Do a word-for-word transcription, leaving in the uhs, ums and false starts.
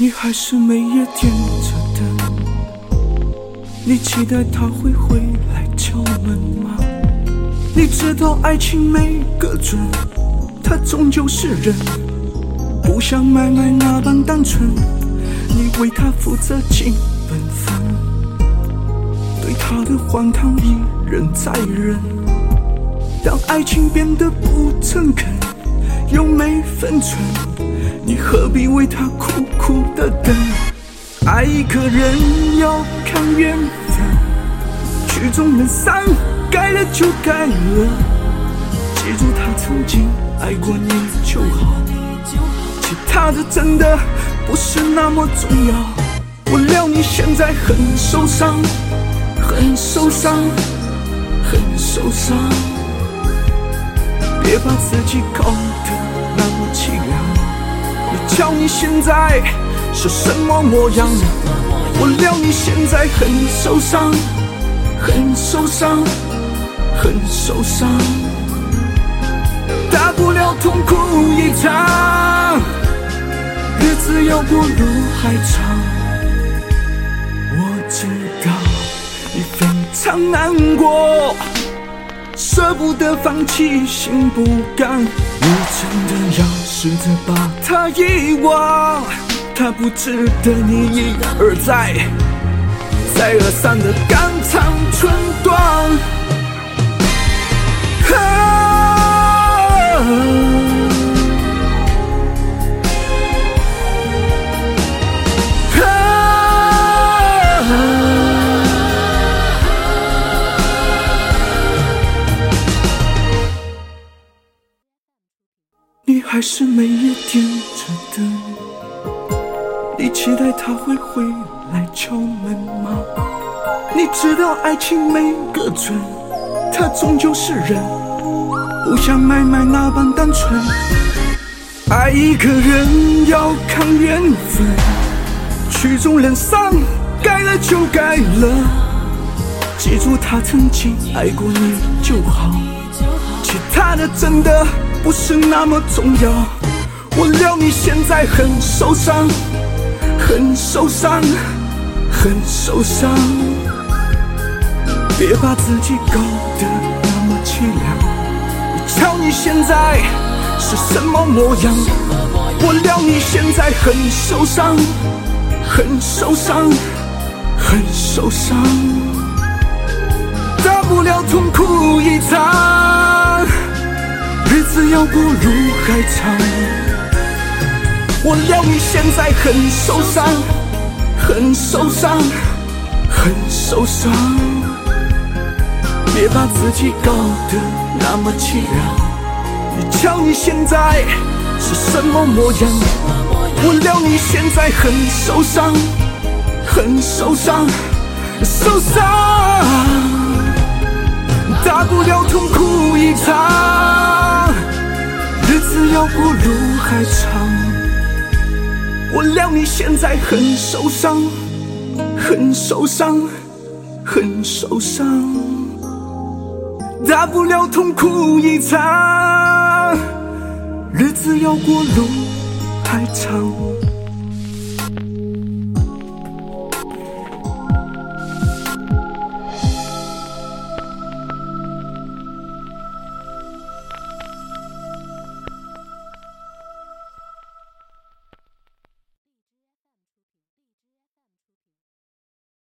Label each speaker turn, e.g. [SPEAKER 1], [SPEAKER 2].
[SPEAKER 1] 你还是每夜点着灯，你期待他会回来敲门吗？你知道爱情没个准，他终究是人，不像买卖那般单纯。你为他负责尽本分，对他的荒唐一忍再忍。当爱情变得不诚恳又没分寸，你何必为他苦苦的等？爱一个人要看缘分，曲终人散，该了就该了。记住他曾经爱过你就好，其他的真的不是那么重要。我料你现在很受伤，很受伤，很受伤。别把自己搞得那么凄凉，你瞧你现在是什么模样？我料你现在很受伤，很受伤，很受伤。大不了痛苦一场，日子要过路还长。我知道你非常难过，舍不得放弃，心不甘。你真的要试着把他遗忘，他不值得你一而再再而三的肝肠寸断。你还是每夜点着灯，你期待他会回来敲门吗？你知道爱情没个准，他终究是人，不像买卖那般单纯。爱一个人要看缘分，曲终人散，该了就该了。记住他曾经爱过你就好，其他的真的不是那么重要。我料你现在很受伤，很受伤，很受伤。别把自己搞得那么凄凉，你瞧你现在是什么模样？我料你现在很受伤，很受伤，很受伤。大不了痛苦一场，日子要过路还长。我料你现在很受伤，很受伤，很受伤。别把自己搞得那么凄凉，你瞧你现在是什么模样？我料你现在很受伤，很受伤，受伤。大不了痛苦一场，日子要过路还长。我料你现在很受伤，很受伤，很受伤。大不了痛苦一场，日子要过路还长。